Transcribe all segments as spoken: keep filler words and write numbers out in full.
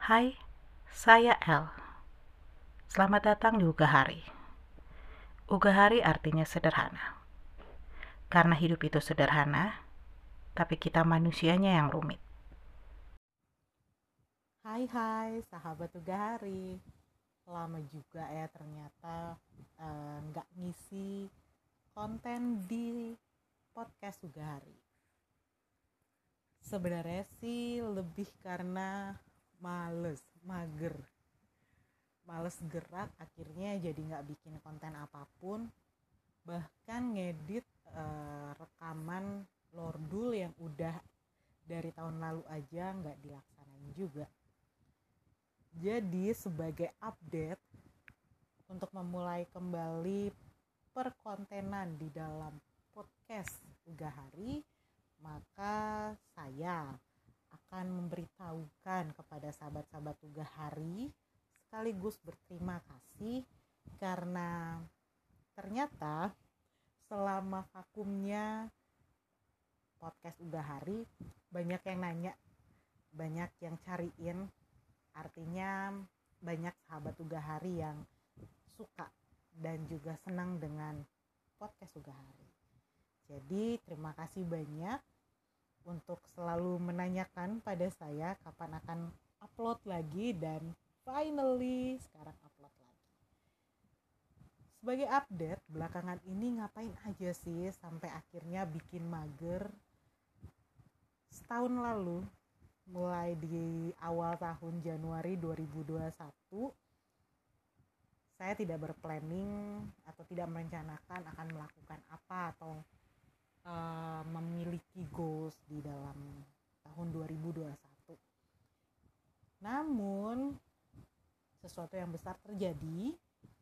Hai, saya El. Selamat datang di Ugahari. Ugahari artinya sederhana. Karena hidup itu sederhana, tapi kita manusianya yang rumit. Hai hai sahabat Ugahari. Lama juga ya ternyata eh, nggak ngisi konten di podcast Ugahari. Sebenarnya sih lebih karena males, mager. Males gerak akhirnya jadi nggak bikin konten apapun. Bahkan ngedit eh, rekaman lordul yang udah dari tahun lalu aja nggak dilaksanain juga. Jadi sebagai update untuk memulai kembali perkontenan di dalam podcast Ugahari, maka saya akan memberitahukan kepada sahabat-sahabat Ugahari sekaligus berterima kasih karena ternyata selama vakumnya podcast Ugahari banyak yang nanya, banyak yang cariin. Artinya banyak sahabat Ugahari yang suka dan juga senang dengan podcast Ugahari. Jadi terima kasih banyak untuk selalu menanyakan pada saya kapan akan upload lagi, dan finally sekarang upload lagi. Sebagai update, belakangan ini ngapain aja sih sampai akhirnya bikin mager. Setahun lalu, mulai di awal tahun Januari dua ribu dua puluh satu, saya tidak berplanning atau tidak merencanakan akan melakukan apa atau uh, memiliki goals di dalam tahun dua ribu dua puluh satu. Namun sesuatu yang besar terjadi,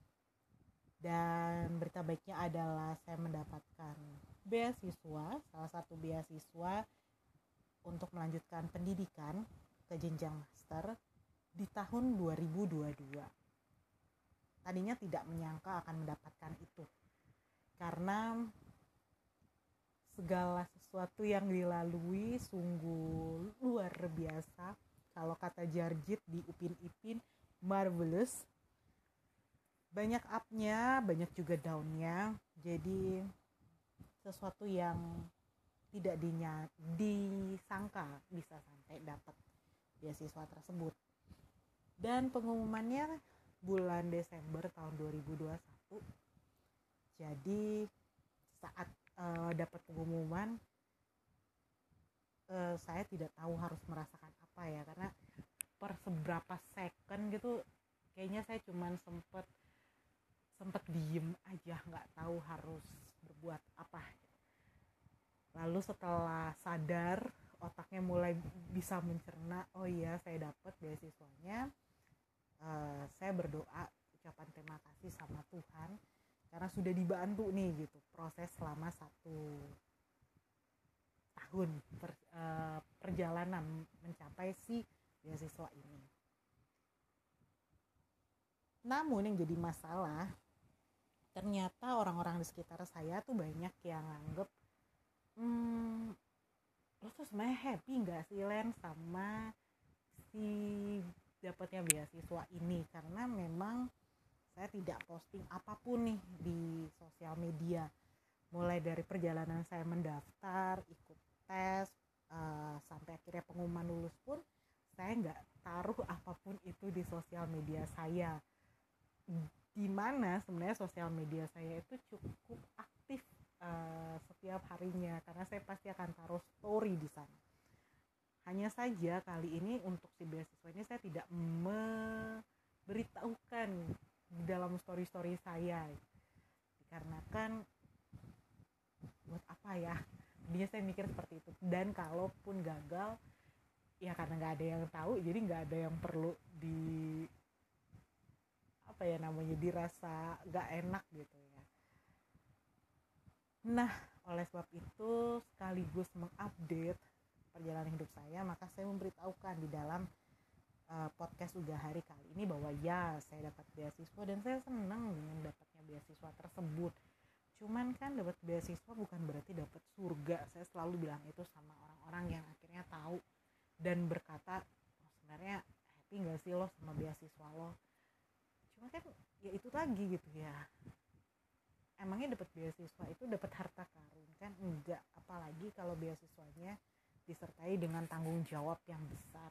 dan berita baiknya adalah saya mendapatkan beasiswa, salah satu beasiswa untuk melanjutkan pendidikan ke jenjang master di tahun dua ribu dua puluh dua. Tadinya tidak menyangka akan mendapatkan itu, karena segala sesuatu yang dilalui sungguh luar biasa. Kalau kata Jarjit di Upin Ipin, marvelous. Banyak up-nya, banyak juga down-nya. Jadi sesuatu yang tidak dinya, disangka bisa sampai dapat beasiswa tersebut. Dan pengumumannya bulan Desember tahun dua ribu dua puluh satu. Jadi saat uh, dapat pengumuman, uh, saya tidak tahu harus merasakan apa ya, karena per seberapa second gitu kayaknya saya cuman sempet sempet diem aja, nggak tahu harus berbuat apa. Lalu setelah sadar, otaknya mulai bisa mencerna, oh iya saya dapat beasiswanya. Uh, saya berdoa, ucapan terima kasih sama Tuhan karena sudah dibantu nih gitu proses selama satu tahun per, uh, perjalanan mencapai si beasiswa ini. Namun yang jadi masalah, ternyata orang-orang di sekitar saya tuh banyak yang nganggep, Hmm, lo tuh sebenarnya happy nggak sih Len sama si dapatnya beasiswa ini? Karena memang saya tidak posting apapun nih di sosial media, mulai dari perjalanan saya mendaftar, ikut tes, uh, sampai akhirnya pengumuman lulus pun saya nggak taruh apapun itu di sosial media saya. Dimana sebenarnya sosial media saya itu cukup aktif Uh, setiap harinya, karena saya pasti akan taruh story di sana. Hanya saja kali ini untuk si beasiswa ini saya tidak memberitahukan di dalam story-story saya, dikarenakan buat apa ya, dia saya mikir seperti itu. Dan kalaupun gagal ya karena nggak ada yang tahu, jadi nggak ada yang perlu di apa ya namanya dirasa nggak enak gitu ya. Nah, oleh sebab itu sekaligus mengupdate perjalanan hidup saya, maka saya memberitahukan di dalam uh, podcast Ugahari kali ini bahwa ya saya dapat beasiswa dan saya senang dengan dapatnya beasiswa tersebut. Cuman kan dapat beasiswa bukan berarti dapat surga. Saya selalu bilang itu sama orang-orang yang akhirnya tahu dan berkata, oh, sebenarnya happy happy nggak sih lo sama beasiswa lo? Cuma kan ya itu lagi gitu ya, emangnya dapat beasiswa itu dapat harta karun kan? Enggak, apalagi kalau beasiswanya disertai dengan tanggung jawab yang besar.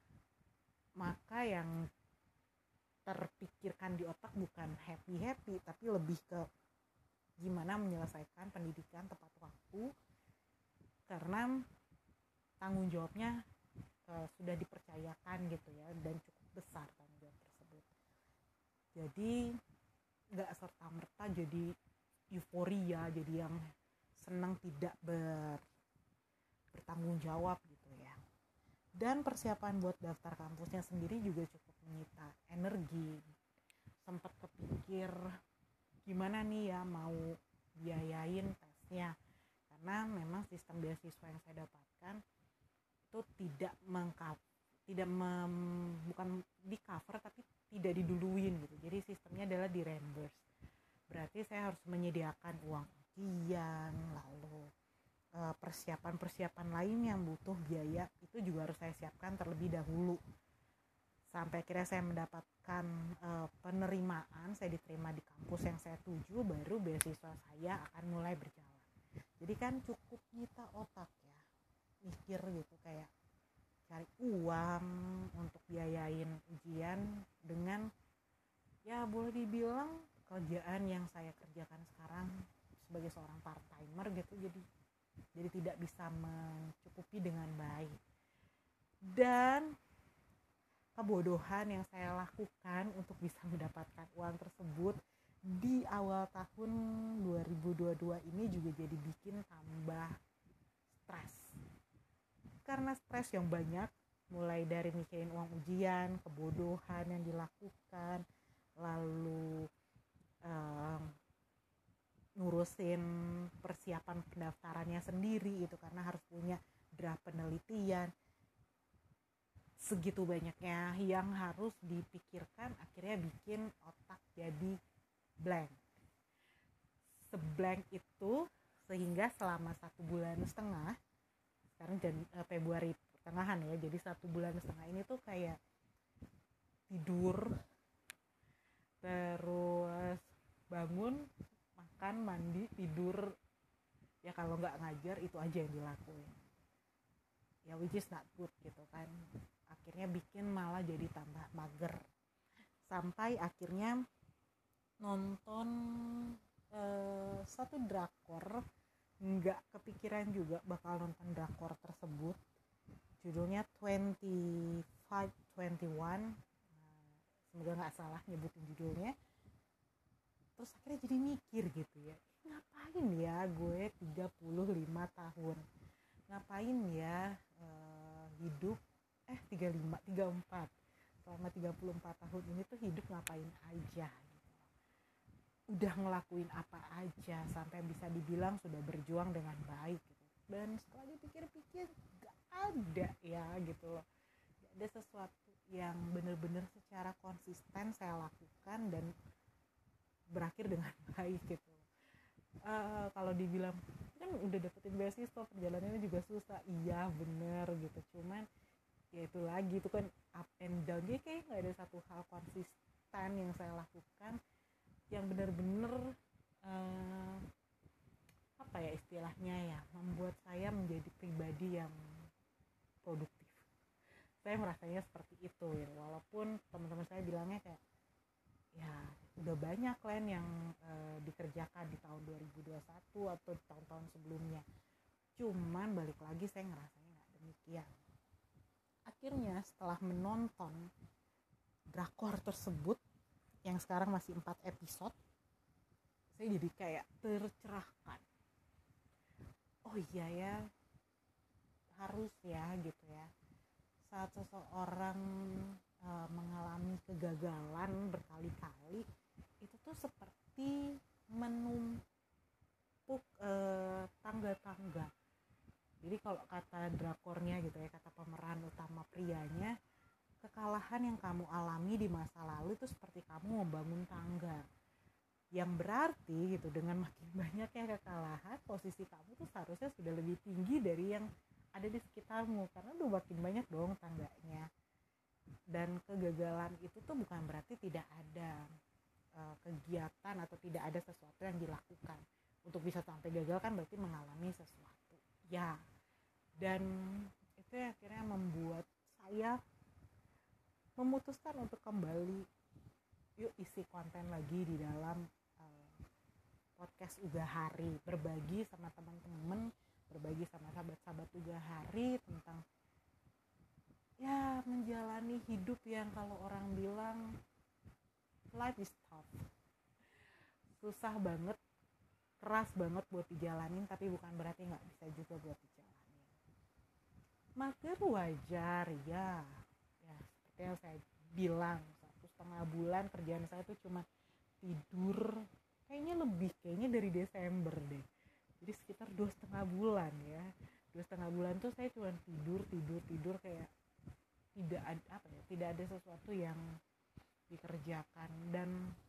Maka yang terpikirkan di otak bukan happy-happy, tapi lebih ke gimana menyelesaikan pendidikan tepat waktu, karena tanggung jawabnya uh, sudah dipercayakan gitu ya, dan cukup besar tanggung jawab tersebut. Jadi nggak serta-merta jadi euforia, jadi yang senang tidak ber, bertanggung jawab gitu ya. Dan persiapan buat daftar kampusnya sendiri juga cukup menyita energi. Sempat kepikir gimana nih ya mau biayain tesnya, karena memang sistem beasiswa yang saya dapatkan itu tidak mengkap tidak mem, bukan di cover tapi tidak diduluin gitu. Jadi sistemnya adalah di reimburse, berarti saya harus menyediakan uang ujian, lalu persiapan-persiapan lain yang butuh biaya itu juga harus saya siapkan terlebih dahulu. Sampai akhirnya saya mendapatkan uh, penerimaan, saya diterima di kampus yang saya tuju, baru beasiswa saya akan mulai berjalan. Jadi kan cukup nyita otak ya, mikir gitu, kayak cari uang untuk biayain ujian dengan ya boleh dibilang kerjaan yang saya kerjakan sekarang sebagai seorang part timer gitu, jadi jadi tidak bisa mencukupi dengan baik. Dan kebodohan yang saya lakukan untuk bisa mendapatkan uang tersebut di awal tahun dua ribu dua puluh dua ini juga jadi bikin tambah stres. Karena stres yang banyak, mulai dari mikirin uang ujian, kebodohan yang dilakukan, lalu um, ngurusin persiapan pendaftarannya sendiri itu karena harus punya draft penelitian. Segitu banyaknya yang harus dipikirkan, akhirnya bikin otak jadi blank. Seblank itu sehingga selama satu bulan setengah, sekarang jadi eh, Februari pertengahan ya, jadi satu bulan setengah ini tuh kayak tidur, terus bangun, makan, mandi, tidur, ya kalau nggak ngajar itu aja yang dilakuin. Ya which is not good gitu kan, akhirnya bikin malah jadi tambah mager. Sampai akhirnya nonton eh, satu drakor, nggak kepikiran juga bakal nonton drakor tersebut, judulnya twenty-five twenty-one, semoga nggak salah nyebutin judulnya. Terus akhirnya jadi mikir gitu ya, ngapain ya gue tiga puluh lima tahun, ngapain ya uh, hidup eh tiga puluh lima, tiga puluh empat, selama tiga puluh empat tahun ini tuh hidup ngapain aja gitu. Udah ngelakuin apa aja sampai bisa dibilang sudah berjuang dengan baik gitu. Dan setelah dipikir-pikir gak ada ya gitu loh, gak ada sesuatu yang bener-bener secara konsisten saya lakukan dan berakhir dengan baik gitu. Uh, kalau dibilang kan udah dapetin beasiswa, perjalanannya juga susah, iya bener gitu, cuman ya itu lagi itu kan up and down, jadi kayak nggak ada satu hal konsisten yang saya lakukan yang benar-benar uh, apa ya istilahnya ya, membuat saya menjadi pribadi yang produktif. Saya merasanya seperti itu ya, walaupun teman-teman saya bilangnya kayak ya udah banyak plan yang uh, dikerjakan di tahun dua ribu dua puluh satu atau di tahun-tahun sebelumnya, cuman balik lagi saya ngerasanya nggak demikian. Akhirnya setelah menonton drakor tersebut yang sekarang masih empat episode, saya jadi kayak tercerahkan. Oh iya ya, harus ya gitu ya, saat seseorang e, mengalami kegagalan berkali-kali, itu tuh seperti menumpuk e, tangga-tangga. Jadi kalau kata drakornya gitu ya, kata pemeran utama prianya, kekalahan yang kamu alami di masa lalu itu seperti kamu membangun tangga, yang berarti gitu dengan makin banyaknya kekalahan, posisi kamu tuh seharusnya sudah lebih tinggi dari yang ada di sekitarmu, karena udah makin banyak dong tangganya. Dan kegagalan itu tuh bukan berarti tidak ada uh, kegiatan atau tidak ada sesuatu yang dilakukan. Untuk bisa sampai gagal kan berarti mengalami sesuatu ya. Dan itu yang akhirnya membuat saya memutuskan untuk kembali yuk isi konten lagi di dalam uh, podcast Uga Hari, berbagi sama teman-teman, berbagi sama sahabat-sahabat Uga Hari tentang ya menjalani hidup yang kalau orang bilang life is tough, susah banget, keras banget buat dijalanin, tapi bukan berarti nggak bisa juga buat dijalanin. Mager wajar ya, ya seperti yang saya bilang, satu setengah bulan kerjaan saya tuh cuma tidur, kayaknya lebih, kayaknya dari Desember deh, jadi sekitar dua setengah bulan ya, dua setengah bulan tuh saya cuma tidur tidur tidur kayak tidak ada apa ya, tidak ada sesuatu yang dikerjakan. Dan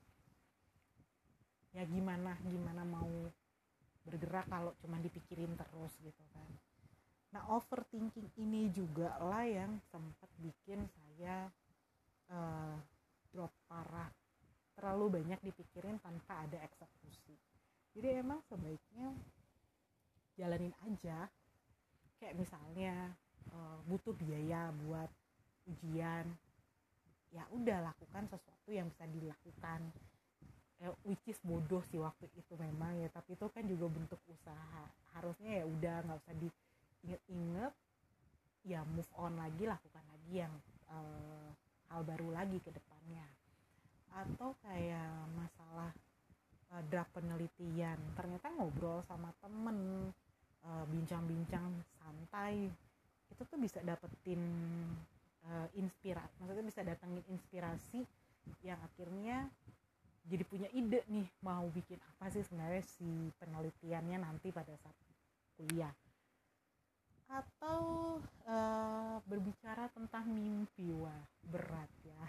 ya gimana gimana mau bergerak kalau cuma dipikirin terus gitu kan. Nah, overthinking ini juga lah yang sempat bikin saya uh, drop parah, terlalu banyak dipikirin tanpa ada eksekusi. Jadi emang sebaiknya jalanin aja, kayak misalnya uh, butuh biaya buat ujian, ya udah lakukan sesuatu yang bisa dilakukan, eh, which is bodoh sih waktu itu memang ya, tapi itu kan juga bentuk usaha. Harusnya ya udah nggak usah diinget-inget, ya move on lagi, lakukan lagi yang eh, hal baru lagi ke depannya. Atau kayak masalah eh, draft penelitian, ternyata ngobrol sama temen, eh, bincang-bincang santai, itu tuh bisa dapetin uh, inspirasi, maksudnya bisa datangin inspirasi yang akhirnya jadi punya ide nih, mau bikin apa sih sebenarnya si penelitiannya nanti pada saat kuliah. Atau uh, berbicara tentang mimpi, wah berat ya,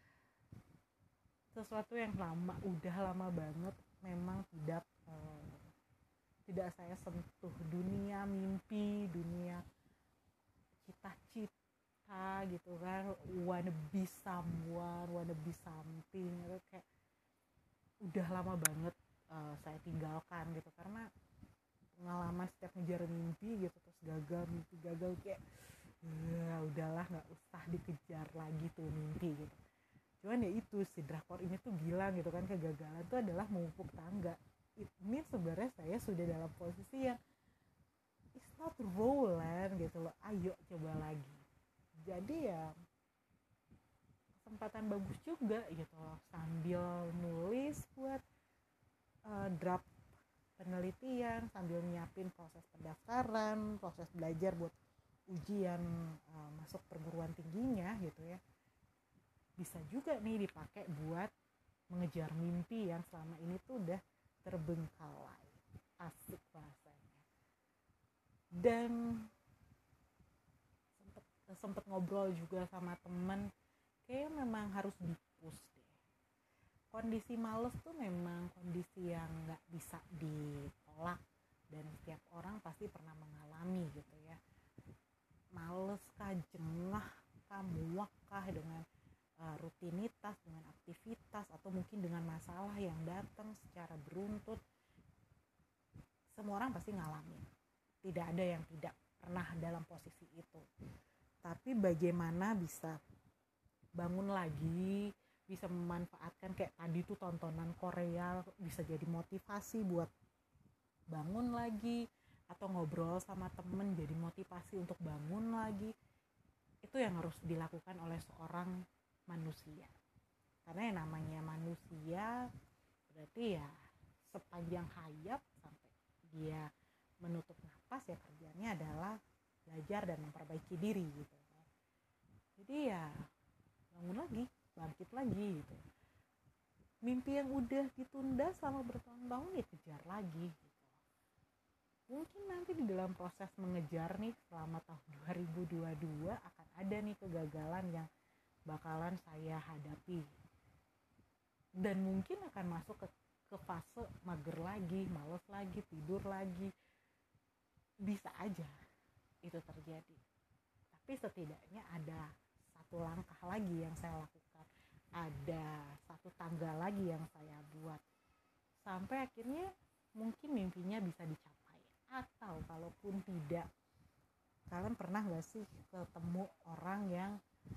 sesuatu yang lama, udah lama banget memang tidak uh, tidak saya sentuh, dunia mimpi, dunia cita-cita gitu kan, wanna be someone, wanna be something, itu kayak udah lama banget uh, saya tinggalkan gitu, karena pengalaman setiap ngejar mimpi gitu terus gagal, mimpi gagal, kayak ya udahlah nggak usah dikejar lagi tuh mimpi gitu. Cuman ya itu si drakor ini tuh bilang gitu kan, kegagalan tuh adalah memupuk tangga. It means sebenarnya saya sudah dalam posisi yang it's not rolling gitu loh, ayo coba lagi. Jadi ya kesempatan bagus juga gitu loh, sambil nulis buat uh, draft penelitian, sambil nyiapin proses pendaftaran, proses belajar buat ujian uh, masuk perguruan tingginya gitu ya. Bisa juga nih dipakai buat mengejar mimpi yang selama ini tuh udah terbengkalai. Asik bahasanya. Dan sempet, sempet ngobrol juga sama temen, kayaknya memang harus di-push deh. Kondisi males tuh memang kondisi yang gak bisa ditolak, dan setiap orang pasti pernah mengalami gitu ya. Males kah, jengah kah, muak kah dengan uh, rutinitas, dengan aktivitas, atau mungkin dengan masalah yang datang secara beruntut. Semua orang pasti ngalamin, tidak ada yang tidak pernah dalam posisi itu. Tapi bagaimana bisa bangun lagi, bisa memanfaatkan kayak tadi tuh tontonan Korea, bisa jadi motivasi buat bangun lagi, atau ngobrol sama temen jadi motivasi untuk bangun lagi. Itu yang harus dilakukan oleh seorang manusia, karena yang namanya manusia berarti ya sepanjang hayat sampai dia menutup nafas ya kerjanya adalah belajar dan memperbaiki diri gitu. Jadi ya bangun lagi, bangkit lagi gitu. Mimpi yang udah ditunda selama bertahun-tahun ya kejar lagi gitu. Mungkin nanti di dalam proses mengejar nih selama tahun dua ribu dua puluh dua akan ada nih kegagalan yang bakalan saya hadapi, dan mungkin akan masuk ke, ke fase mager lagi, males lagi, tidur lagi. Bisa aja itu terjadi, tapi setidaknya ada satu satu langkah lagi yang saya lakukan, ada satu tangga lagi yang saya buat, sampai akhirnya mungkin mimpinya bisa dicapai. Atau kalaupun tidak, kalian pernah gak sih ketemu orang yang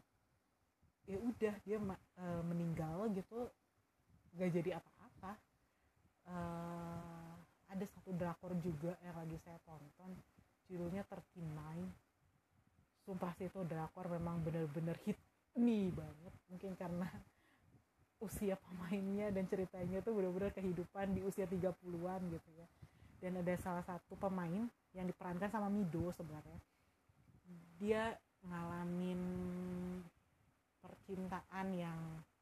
ya udah dia e, meninggal gitu, gak jadi apa-apa. e, ada satu drakor juga yang lagi saya tonton, judulnya thirty nine. Sumpah sih itu drakor memang bener-bener hit nih banget, mungkin karena usia pemainnya dan ceritanya tuh bener-bener kehidupan di usia tiga puluhan gitu ya. Dan ada salah satu pemain yang diperankan sama Mido sebenarnya, dia ngalamin percintaan yang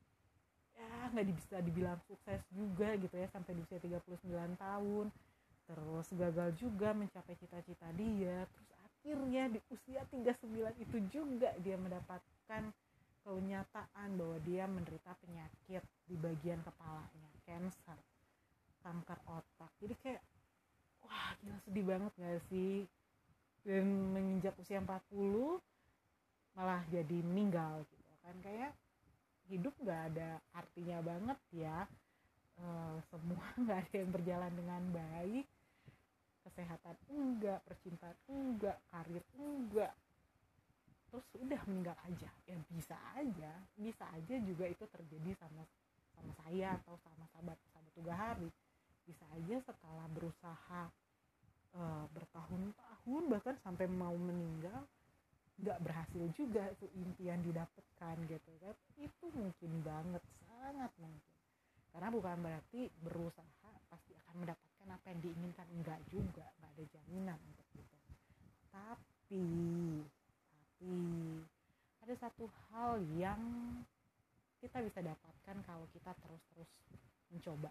ya nggak bisa dibilang sukses juga gitu ya, sampai di usia tiga puluh sembilan tahun, terus gagal juga mencapai cita-cita dia. Terus akhirnya di usia tiga puluh sembilan itu juga dia mendapatkan kenyataan bahwa dia menderita penyakit di bagian kepalanya, cancer, kanker otak. Jadi kayak wah gila, sedih banget gak sih? Dan menginjak usia empat puluh malah jadi meninggal gitu kan, kayak hidup gak ada artinya banget ya. e, semua gak ada yang berjalan dengan baik, kesehatan enggak, percintaan enggak, karir enggak, terus udah meninggal aja. Ya bisa aja, bisa aja juga itu terjadi sama sama saya atau sama sahabat sahabat Ugahari. Bisa aja setelah berusaha e, bertahun-tahun bahkan sampai mau meninggal, nggak berhasil juga itu impian didapatkan gitu kan. Itu mungkin banget, sangat mungkin. Karena bukan berarti berusaha pasti akan mendapatkan apa yang diinginkan, enggak juga, nggak ada jaminan untuk itu. Tapi tapi ada satu hal yang kita bisa dapatkan kalau kita terus-terus mencoba,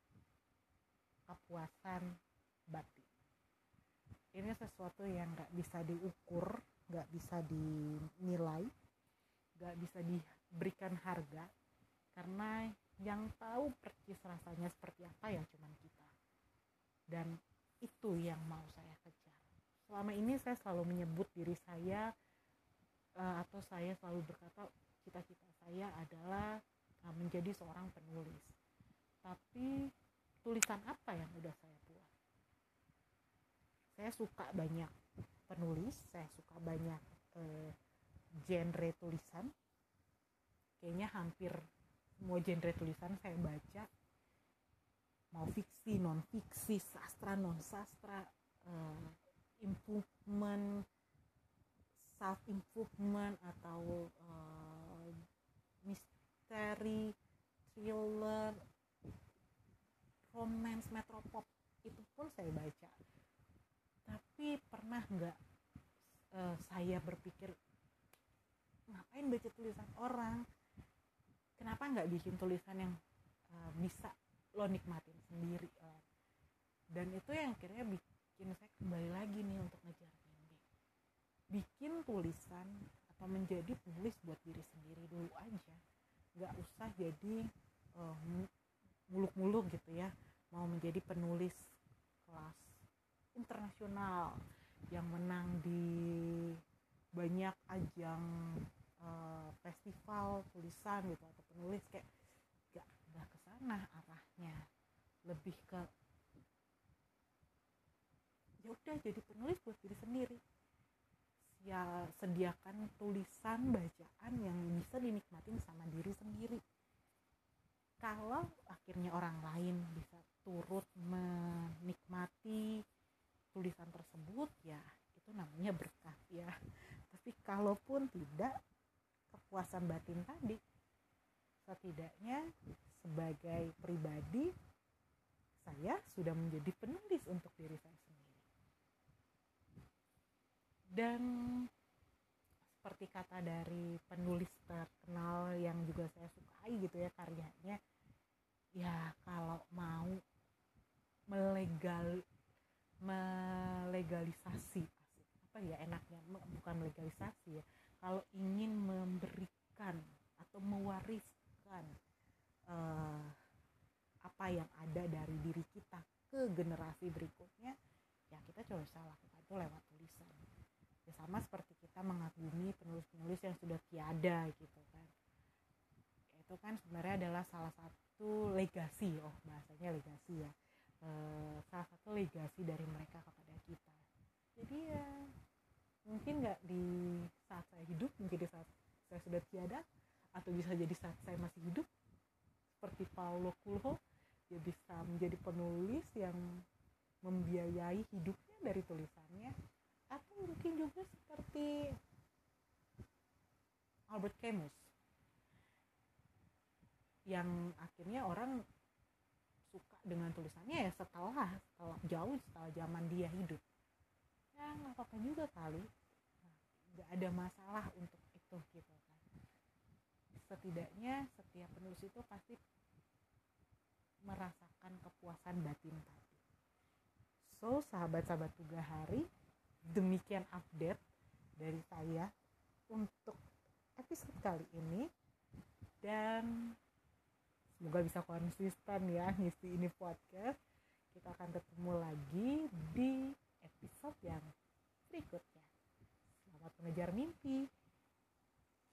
kepuasan batin. Ini sesuatu yang nggak bisa diukur, nggak bisa dinilai, nggak bisa diberikan harga, karena yang tahu persis rasanya seperti apa ya cuman kita. Dan itu yang mau saya kejar. Selama ini saya selalu menyebut diri saya uh, atau saya selalu berkata cita-cita saya adalah uh, menjadi seorang penulis. Tapi tulisan apa yang udah saya buat? Saya suka banyak penulis, saya suka banyak uh, genre tulisan. Kayaknya hampir semua genre tulisan saya baca, mau fiksi, non fiksi, sastra, non sastra, uh, improvement, self improvement, atau uh, misteri, thriller, romance, metropop, itu pun saya baca. Tapi pernah nggak uh, saya berpikir, ngapain baca tulisan orang? Kenapa nggak bikin tulisan yang uh, bisa lo nikmatin sendiri? Uh. Dan itu yang akhirnya bikin saya kembali lagi nih untuk ngejar mimpi. Bikin tulisan atau menjadi penulis buat diri sendiri dulu aja. Nggak usah jadi uh, muluk-muluk gitu ya. Mau menjadi penulis kelas internasional yang menang di banyak ajang uh, festival tulisan gitu, atau penulis, kayak gak udah kesana arahnya. Lebih ke ya udah jadi penulis buat diri sendiri. Ya sediakan tulisan bacaan yang bisa dinikmatin sama diri sendiri. Kalau akhirnya orang lain bisa turut menikmati tulisan tersebut, ya itu namanya berkah ya. Tapi kalaupun tidak, kepuasan batin tadi, setidaknya sebagai pribadi saya sudah menjadi penulis untuk diri saya sendiri. Dan seperti kata dari penulis terkenal yang juga saya sukai gitu ya karyanya, ya kalau mau melegal melegalisasi apa ya enaknya, bukan legalisasi ya, kalau ingin memberikan atau mewariskan uh, apa yang ada dari diri kita ke generasi berikutnya, ya kita coba bisa lakukan itu lewat tulisan. Ya sama seperti kita mengagumi penulis-penulis yang sudah tiada gitu kan. Itu kan sebenarnya adalah salah satu legasi, oh bahasanya legasi ya, e, salah satu legasi dari mereka kepada kita. Jadi ya mungkin nggak di saat saya hidup, mungkin di saat saya sudah tiada, atau bisa jadi saat saya masih hidup seperti Paulo Coelho, dia bisa menjadi penulis yang membiayai hidupnya dari tulisannya, atau mungkin juga seperti Albert Camus yang akhirnya orang suka dengan tulisannya ya setelah, setelah jauh setelah zaman dia hidup. Ya nggak apa-apa juga kali, nggak ada masalah untuk itu gitu kan. Setidaknya setiap penulis itu pasti merasakan kepuasan batin tadi. So sahabat-sahabat Tuga Hari, demikian update dari saya untuk episode kali ini, dan semoga bisa konsisten ya ngisi ini podcast. Kita akan ketemu lagi di episode yang berikutnya. Selamat mengejar mimpi.